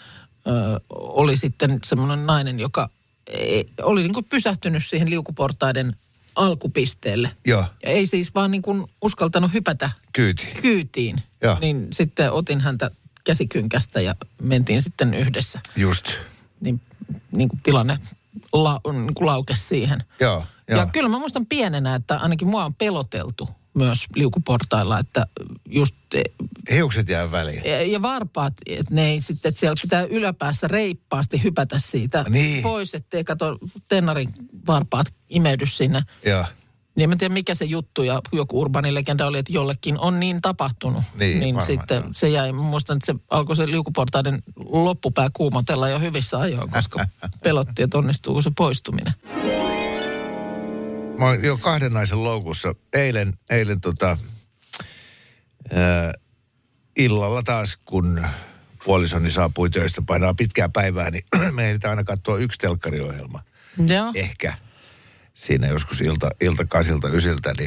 oli sitten semmoinen nainen, joka oli niin kuin pysähtynyt siihen liukuportaiden alkupisteelle. Joo. Ja ei siis vaan niin kuin uskaltanut hypätä kyytiin. Joo. Niin sitten otin häntä käsikynkästä ja mentiin sitten yhdessä. Just. Niin kuin tilanne niin kuin laukesi siihen. Joo. Ja kyllä mä muistan pienenä, että ainakin mua on peloteltu myös liukuportailla, että just... Hiukset jää väliin. Ja varpaat, että ne ei sitten, että siellä pitää yläpäässä reippaasti hypätä siitä pois, ettei kato tennarin varpaat imeydy sinne. Joo. Niin en tiedä mikä se juttu ja joku urbanilegenda oli, että jollekin on niin tapahtunut. Niin sitten se jäi, muistan, että se alkoi se liukuportaiden loppupää kuumotella jo hyvissä ajoin, koska pelotti, että onnistuuko se poistuminen. Mä oon jo 2 naisen loukussa. Eilen illalla taas, kun puolisoni saapui töistä painaa pitkää päivää, niin me ehditään aina katsoa 1 telkkariohjelma. Joo. Ehkä siinä joskus ilta 8-9,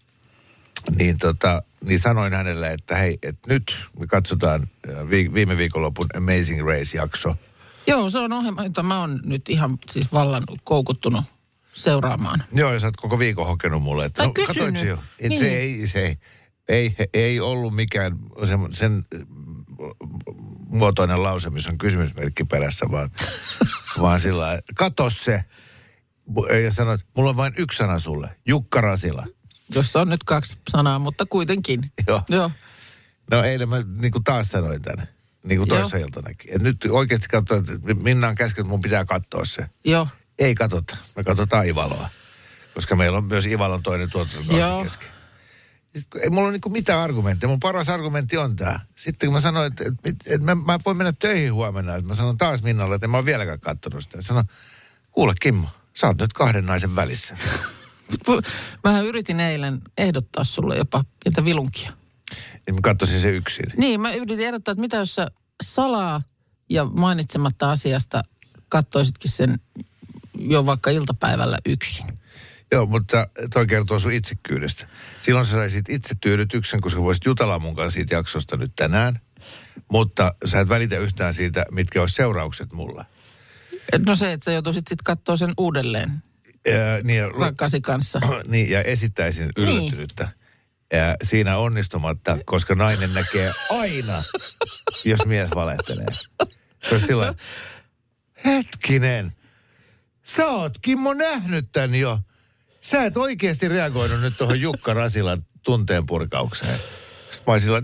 niin sanoin hänelle, että hei, että nyt me katsotaan viime viikonlopun Amazing Race-jakso. Joo, se on ohjelma, jota mä oon nyt ihan siis vallan koukuttunut seuraamaan. Joo, ja sä oot koko viikon hokenut mulle, että no, katoit se jo. Niin. Se ei ollut mikään sen muotoinen lause, missä on kysymysmerkki perässä, vaan sillä lailla, kato se. Ja sanoit, mulla on vain 1 sana sulle, Jukka Rasila. Jossa on nyt 2 sanaa, mutta kuitenkin. Joo. No eilen mä niin kuin taas sanoin tänne, niin kuin toissa iltanakin. Et nyt oikeasti katsotaan, että Minna on käskenyt, että mun pitää katsoa se. Joo. Ei katsota, me katsotaan Ivaloa. Koska meillä on myös Ivalon toinen tuotantokausi kesken. Sitten, ei mulla ole niin mitään argumentteja. Mun paras argumentti on tämä. Sitten kun mä sanoin, että mä voin mennä töihin huomenna. Että mä sanon taas Minnalle, että en mä ole vieläkään katsonut sitä. Sanoin, kuule Kimmo, Sä oot nyt kahden naisen välissä. Mähän yritin eilen ehdottaa sulle jopa pientä vilunkia. Niin mä katsoisin se yksin. Niin, mä yritin ehdottaa, että mitä jos sä salaa ja mainitsematta asiasta katsoisitkin sen jo vaikka iltapäivällä yksin. Joo, mutta toi kertoo sun itsekyydestä. Silloin sä saisit itsetyydytyksen, koska voisit jutella mun kanssa siitä jaksosta nyt tänään. Mutta sä et välitä yhtään siitä, mitkä olisi seuraukset mulle. No se, että sä joutuisit sitten katsoa sen uudelleen. Niin, rakkasi kanssa. Niin, ja esittäisin yllättynyttä. Niin. Ja siinä onnistumatta, koska nainen näkee aina, jos mies valehtelee. Se on silloin, hetkinen, sä oot Kimmo nähnyt tän jo. Sä et oikeasti reagoinut nyt tuohon Jukka Rasilan tunteenpurkaukseen. Sitten mä oon sillä,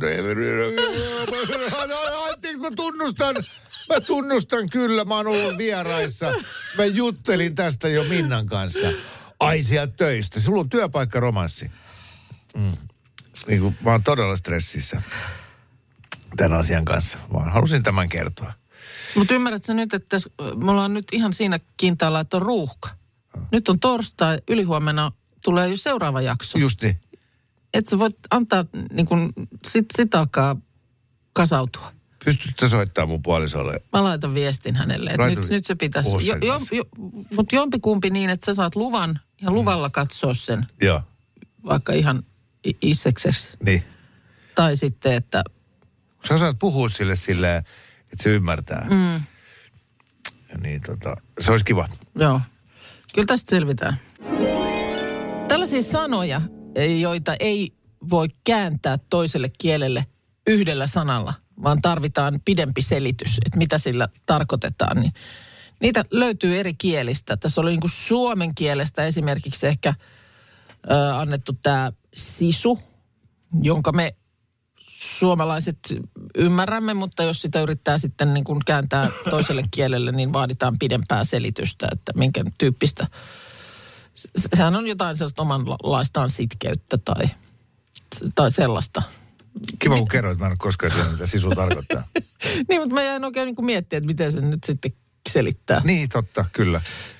anteeksi mä tunnustan kyllä, mä oon ollut vieraissa. Mä juttelin tästä jo Minnan kanssa. Ai sieltä töistä, sulla on työpaikkaromanssi. Niin kuin, mä oon todella stressissä tämän asian kanssa. Vaan halusin tämän kertoa. Mutta ymmärrätkö nyt, että me ollaan nyt ihan siinä kintaalla, että on ruuhka. Nyt on torstai, ylihuomenna tulee jo seuraava jakso. Just niin. Että sä voit antaa, niin kun, sit alkaa kasautua. Pystytkö soittamaan mun puolisolle? Mä laitan viestin hänelle, että nyt se pitäisi. Mutta jompikumpi niin, että sä saat luvan ja luvalla katsoa sen. Joo. Vaikka ihan isseksesi. Niin. Tai sitten, että... Sä osaat puhua sille silleen, että se ymmärtää. Ja niin se olisi kiva. Joo. Kyllä tästä selvitään. Tällaisia sanoja, joita ei voi kääntää toiselle kielelle yhdellä sanalla, vaan tarvitaan pidempi selitys, että mitä sillä tarkoitetaan. Niin niitä löytyy eri kielistä. Tässä oli niin kuin suomen kielestä esimerkiksi ehkä annettu tämä sisu, jonka me suomalaiset ymmärrämme, mutta jos sitä yrittää sitten niin kuin kääntää toiselle kielelle, niin vaaditaan pidempää selitystä, että minkä tyyppistä. Sehän on jotain sellaista omanlaistaan sitkeyttä tai sellaista. Kiva, kun kerroit, mä en ole koskaan tiedä, mitä sisu tarkoittaa. Niin, mutta mä jäin oikein niin kuin miettiä, että miten se nyt sitten selittää. Niin, totta, kyllä.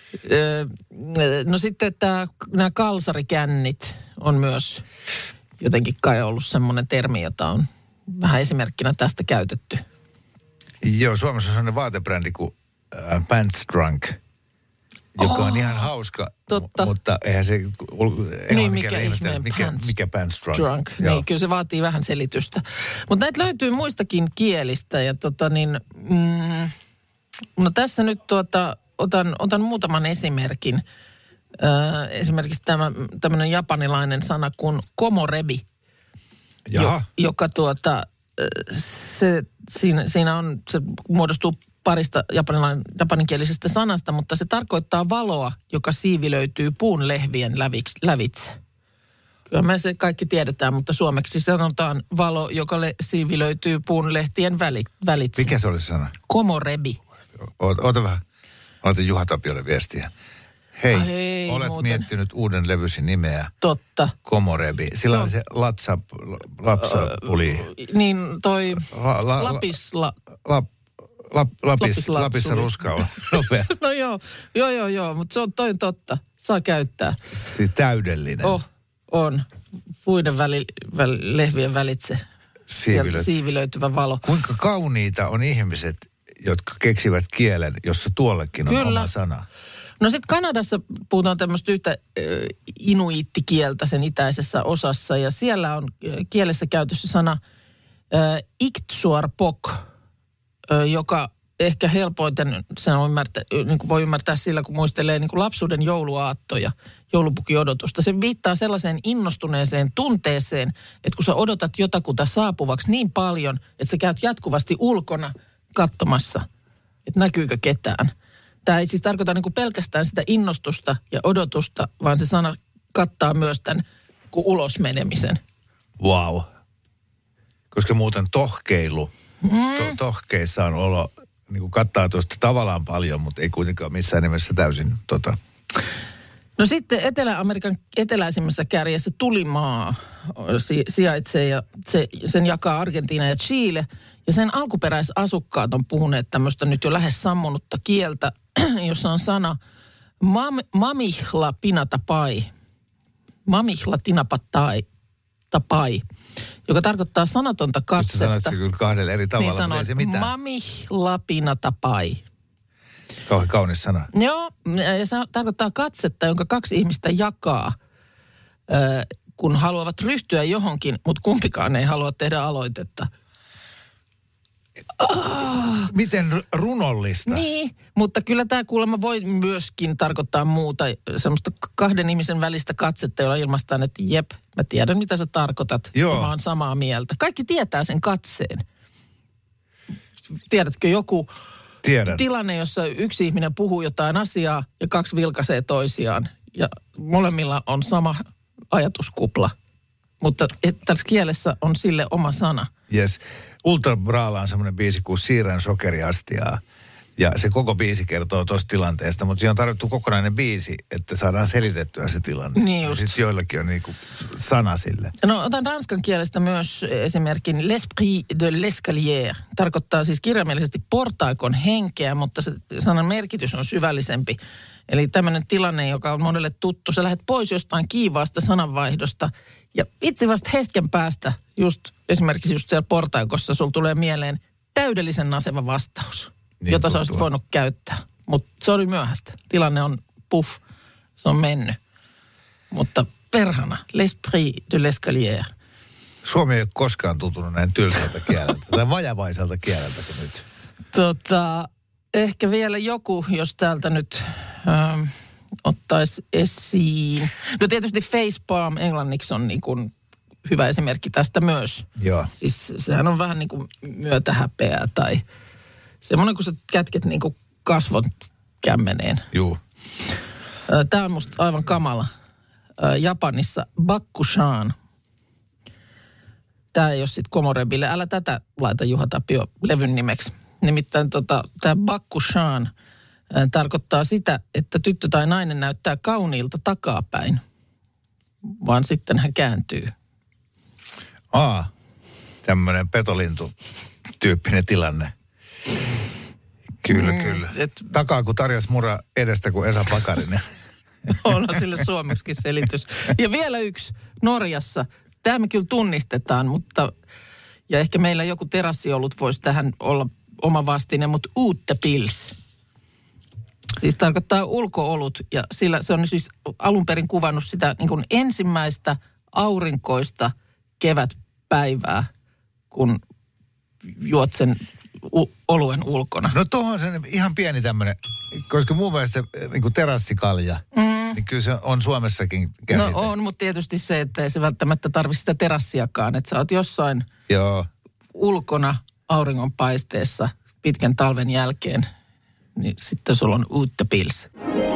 No sitten, että nämä kalsarikännit on myös jotenkin kai ollut semmoinen termi, jota on vähän esimerkkinä tästä käytetty. Joo, Suomessa on sellainen vaatebrändi kuin Pants Drunk, joka on ihan hauska, mutta eihän se... Niin, mikä Pants Drunk. Niin, kyllä se vaatii vähän selitystä. Mutta näitä löytyy muistakin kielistä ja no tässä nyt otan muutaman esimerkin. Esimerkiksi tämmöinen japanilainen sana kuin komorebi, joka siinä muodostuu parista japaninkielisestä sanasta, mutta se tarkoittaa valoa, joka siivilöityy puun lehvien lävitse. Kyllä me se kaikki tiedetään, mutta suomeksi sanotaan valo, joka siivilöityy puun lehtien välitse. Mikä se oli se sana? Komorebi. Oota vähän. Laitan Juha Tapiolle viestiä. Hei, olet miettinyt uuden levysi nimeä. Totta. Komorebi. Sillä on se lapsapuli. Niin toi Lapissa ruska on nopea. No joo, mutta se on toi totta. Saa käyttää. Siis täydellinen. On. Puiden lehvien välitse siivilöityvä valo. Kuinka kauniita on ihmiset, jotka keksivät kielen, jossa tuollekin on oma sana. No sitten Kanadassa puhutaan tämmöistä yhtä inuittikieltä sen itäisessä osassa ja siellä on kielessä käytössä sana Iktsuarpok, joka ehkä helpoiten sen voi ymmärtää sillä, kun muistelee niin kuin lapsuuden jouluaattoja, joulupukiodotusta. Se viittaa sellaiseen innostuneeseen tunteeseen, että kun sä odotat jotakuta saapuvaksi niin paljon, että sä käyt jatkuvasti ulkona katsomassa, että näkyykö ketään. Tämä ei siis tarkoita niin kuin pelkästään sitä innostusta ja odotusta, vaan se sana kattaa myös tämän ulosmenemisen. Wow. Koska muuten tohkeilu, tohkeissa on olo, niin kuin kattaa tuosta tavallaan paljon, mutta ei kuitenkaan missään nimessä täysin No sitten Etelä-Amerikan eteläisimmässä kärjessä Tulimaa sijaitsee ja sen jakaa Argentiina ja Chile. Ja sen alkuperäisasukkaat on puhuneet tämmöistä nyt jo lähes sammunutta kieltä, jossa on sana Mamihla pinatapai. Mamihla tapai, joka tarkoittaa sanatonta katsetta. Sä sanoit se kyllä kahdella eri tavalla, niin mutta ei se mitään. Mamihla pinatapai. Kauhean kaunis sana. Joo, ja se tarkoittaa katsetta, jonka kaksi ihmistä jakaa, kun haluavat ryhtyä johonkin, mutta kumpikaan ei halua tehdä aloitetta. Miten runollista. Niin, mutta kyllä tämä kuulemma voi myöskin tarkoittaa muuta. Semmoista kahden ihmisen välistä katsetta, jolla ilmaistaan, että jep, mä tiedän mitä sä tarkoitat. Joo. Mä oon samaa mieltä. Kaikki tietää sen katseen. Tiedätkö joku tilanne, jossa yksi ihminen puhuu jotain asiaa ja kaksi vilkaisee toisiaan. Ja molemmilla on sama ajatuskupla. Mutta tässä kielessä on sille oma sana. Yes. Ultra Braalla on semmoinen biisi kuin Siirrän sokeriastiaa. Ja se koko biisi kertoo tuosta tilanteesta, mutta siinä on tarvittu kokonainen biisi, että saadaan selitettyä se tilanne. Niin just. Sitten joillakin on niinku sana sille. No otan ranskan kielestä myös esimerkin l'esprit de l'escalier. Tarkoittaa siis kirjaimellisesti portaikon henkeä, mutta se sanan merkitys on syvällisempi. Eli tämmöinen tilanne, joka on monelle tuttu. Sä lähdet pois jostain kiivaasta sananvaihdosta ja itse vasta hetken päästä esimerkiksi just siellä portaikossa sulla tulee mieleen täydellisen naseva vastaus, niin jota sä olisit voinut käyttää. Mutta se oli myöhäistä. Tilanne on puff, se on mennyt. Mutta perhana, l'esprit de l'escalier. Suomi ei ole koskaan tuntunut näin tylsältä kieleltä, tai vajavaiselta kieleltä kuin nyt. Ehkä vielä joku, jos täältä nyt ottaisi esiin. No tietysti facepalm englanniksi on niin kuin hyvä esimerkki tästä myös. Joo. Siis sehän on vähän niin kuin myötähäpeää tai semmoinen, kun sä kätket niin kuin kasvot kämmeneen. Joo. Tämä on musta aivan kamala. Japanissa Bakushan. Tämä ei ole sitten Komorebille. Älä tätä laita Juha Tapio levyn nimeksi. Nimittäin tämä Bakushan tarkoittaa sitä, että tyttö tai nainen näyttää kauniilta takapäin, vaan sitten hän kääntyy. Tämmöinen petolintu-tyyppinen tilanne. Kyllä. Takaa kuin Tarjas Mura, edestä kuin Esa Pakarinen. On sille suomeksikin selitys. Ja vielä yksi Norjassa. Tämä me kyllä tunnistetaan, mutta ja ehkä meillä joku terassiolut voisi tähän olla oma vastine, mutta uttepils. Siis tarkoittaa ulkoolut ja sillä se on siis alun perin kuvannut sitä niin kuin ensimmäistä aurinkoista kevätpäivää, kun juot sen oluen ulkona. No tuohon se ihan pieni tämmöinen, koska mun mielestä niin kuin terassikalja, niin kyllä se on Suomessakin käsite. No on, mutta tietysti se, että ei se välttämättä tarvitse sitä terassiakaan, että sä oot jossain ulkona auringonpaisteessa pitkän talven jälkeen, niin sitten sulla on uttepils.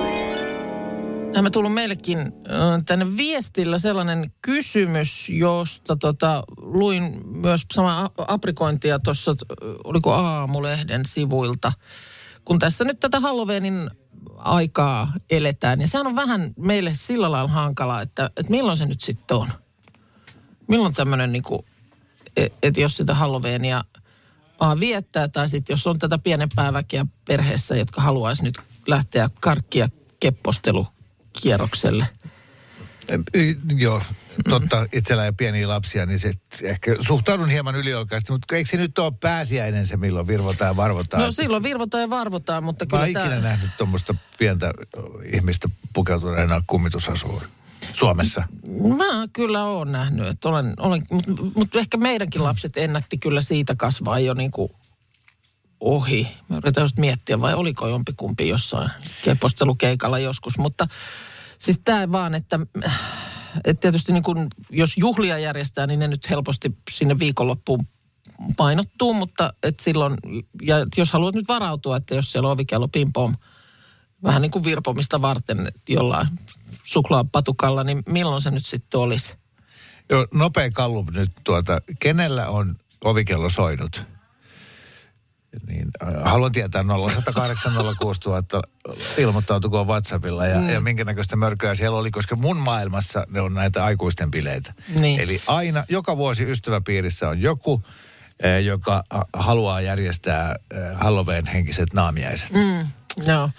Me tullut meillekin tänne viestillä sellainen kysymys, josta luin myös samaa aprikointia tuossa, oliko Aamulehden sivuilta, kun tässä nyt tätä Halloweenin aikaa eletään. Ja sehän on vähän meille sillä lailla hankalaa, että milloin se nyt sitten on. Milloin tämmöinen, niin kuin, että jos sitä Halloweenia viettää, tai sitten jos on tätä pienempää väkeä perheessä, jotka haluaisi nyt lähteä karkkia keppostelu-kierrokselle. Joo, totta. Itsellä ei pieniä lapsia, niin se ehkä suhtaudun hieman yliolkaisesti, mutta eikö se nyt ole pääsiäinen se, milloin virvotaan ja varvotaan? No silloin virvotaan ja varvotaan, mutta kyllä mä ikinä nähnyt tuommoista pientä ihmistä pukeutuneena kummitusasuun Suomessa. Mä kyllä oon nähnyt, että olen mutta ehkä meidänkin lapset ennätti kyllä siitä kasvaa jo niin kuin ohi. Mä yritän just miettiä, vai oliko jompikumpi jossain kepostelukeikalla joskus, mutta siis tämä vaan, että tietysti niin kun, jos juhlia järjestää, niin ne nyt helposti sinne viikonloppuun painottuu, mutta et silloin, ja jos haluat nyt varautua, että jos siellä on ovikello pimpom vähän niin kuin virpomista varten jollain suklaapatukalla, niin milloin se nyt sitten olisi? Joo, nopea kallup nyt kenellä on ovikello soinut? Niin, haluan tietää 0108 06000 ilmoittautukoon WhatsAppilla ja minkä näköistä mörköä siellä oli, koska mun maailmassa ne on näitä aikuisten bileitä. Niin. Eli aina, joka vuosi ystäväpiirissä on joku, joka haluaa järjestää Halloween-henkiset naamiaiset. Joo.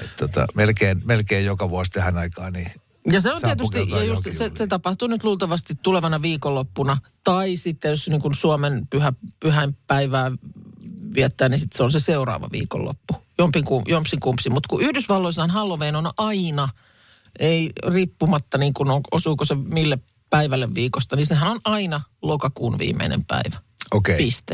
Melkein joka vuosi tähän aikaan, niin ja se on tietysti, ja just se tapahtuu nyt luultavasti tulevana viikonloppuna, tai sitten jos niin kuin Suomen pyhäinpäivää viettää, niin sitten se on se seuraava viikonloppu. Jompsin kumpsi, mutta kun Yhdysvalloissahan Halloween on aina, ei riippumatta niin kuin osuuko se mille päivälle viikosta, niin sehän on aina lokakuun viimeinen päivä. Okei. Piste.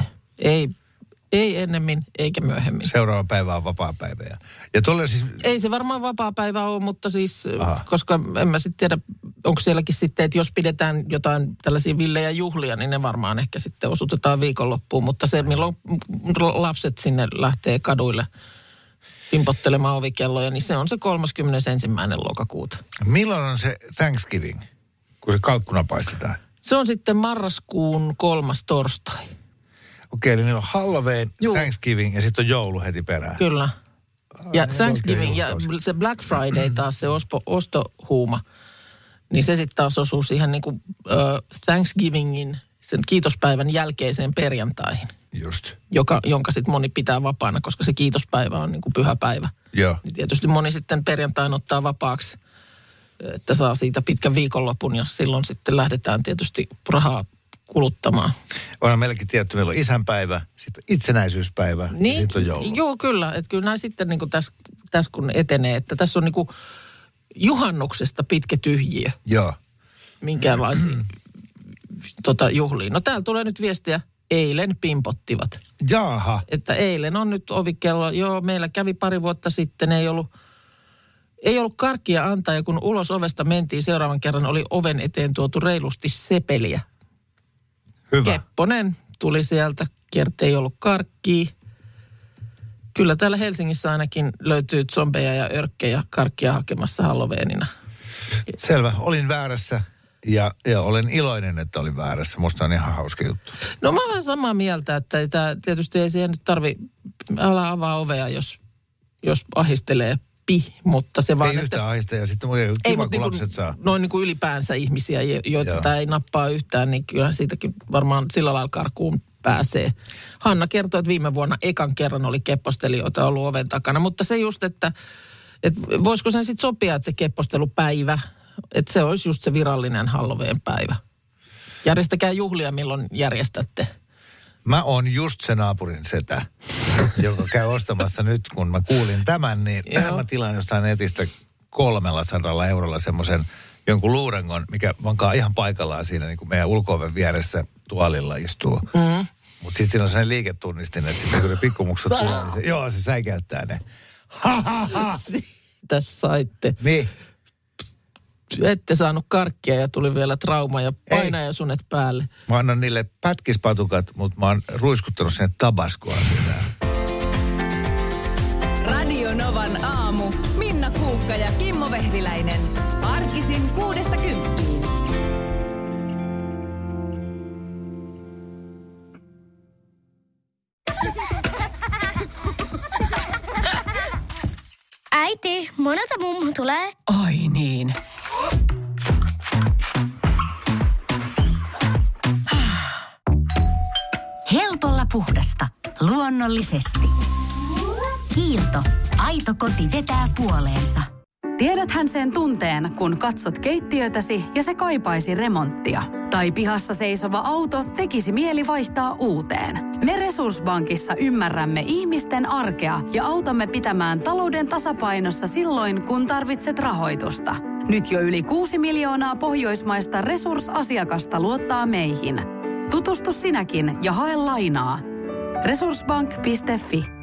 Ei ennemmin eikä myöhemmin. Seuraava päivä on vapaapäivä. Ja siis ei se varmaan vapaapäivä ole, mutta siis, koska en mä sitten tiedä, onko sielläkin sitten, että jos pidetään jotain tällaisia villejä juhlia, niin ne varmaan ehkä sitten osutetaan viikonloppuun. Mutta se, milloin lapset sinne lähtee kaduille pimpottelemaan ovikelloja, niin se on se 31. lokakuuta. Milloin on se Thanksgiving, kun se kalkkuna paistetaan? Se on sitten marraskuun 3. torstai. Okei, eli niillä on Halloween, Thanksgiving ja sitten on joulu heti perään. Kyllä. Ja Thanksgiving ja se Black Friday taas, se ostohuuma, niin se sitten taas osuu siihen niin kuin Thanksgivingin, sen kiitospäivän jälkeiseen perjantaihin. Just. Jonka sitten moni pitää vapaana, koska se kiitospäivä on niin kuin pyhäpäivä. Joo. Niin tietysti moni sitten perjantain ottaa vapaaksi, että saa siitä pitkän viikonlopun ja silloin sitten lähdetään tietysti rahaa kuluttamaan. Onhan meilläkin tietty, meillä on isänpäivä, sitten itsenäisyyspäivä niin, ja sitten on joulu. Joo, kyllä. Että kyllä näin sitten niin kuin tässä kun etenee, että tässä on niin kuin juhannuksesta pitkä tyhjiö. Joo. Minkäänlaisia juhliin. No täällä tulee nyt viestiä, eilen pimpottivat. Jaaha. Että eilen on nyt ovikello. Joo, meillä kävi pari vuotta sitten, ei ollut karkkia antaa ja kun ulos ovesta mentiin seuraavan kerran, oli oven eteen tuotu reilusti sepeliä. Hyvä. Kepponen tuli sieltä, ei ollut karkkia. Kyllä täällä Helsingissä ainakin löytyy zombeja ja örkkejä karkkia hakemassa Halloweenina. Selvä, olin väärässä ja olen iloinen, että olin väärässä. Musta on ihan hauska juttu. No mä olen samaa mieltä, että tietysti ei siihen nyt älä avaa ovea, jos ahistelee mutta se vaan, ei yhtään ahista ja sitten kiva, kun lapset saa. Noin niin kuin ylipäänsä ihmisiä, joita tämä ei nappaa yhtään, niin kyllä siitäkin varmaan sillä lailla karkuun pääsee. Hanna kertoi, että viime vuonna ekan kerran oli keppostelijoita ollut oven takana, mutta se just, että voisiko sen sitten sopia, että se keppostelupäivä, että se olisi just se virallinen Halloween päivä. Järjestäkää juhlia, milloin järjestätte. Mä oon just se naapurin setä, joka käy ostamassa nyt, kun mä kuulin tämän, niin mä tilaan jostain netistä 300 eurolla semmoisen jonkun luurangon, mikä vankaa ihan paikallaan siinä, niin kuin meidän ulko-oven vieressä tuolilla istuu. Mutta sitten siinä on sellainen liiketunnistin, että sitten kun ne pikkumuksut tulee, niin se säikäyttää ne. Tässä saitte. Niin. Ette saanut karkkia ja tuli vielä trauma ja painajasunet päälle. Mä annan niille pätkispatukat, mutta mä oon ruiskuttanut sinne tabaskoa siinä. Radio Novan aamu. Minna Kuukka ja Kimmo Vehviläinen. Arkisin 6–10. Äiti, monelta mummu tulee? Oi niin. Helpolla puhdasta. Luonnollisesti. Kiilto. Aito koti vetää puoleensa. Tiedäthän sen tunteen, kun katsot keittiötäsi ja se kaipaisi remonttia. Tai pihassa seisova auto tekisi mieli vaihtaa uuteen. Me Resurssbankissa ymmärrämme ihmisten arkea ja autamme pitämään talouden tasapainossa silloin, kun tarvitset rahoitusta. Nyt jo yli 6 miljoonaa pohjoismaista resursasiakasta luottaa meihin. Tutustu sinäkin ja hae lainaa. Resurssbank.fi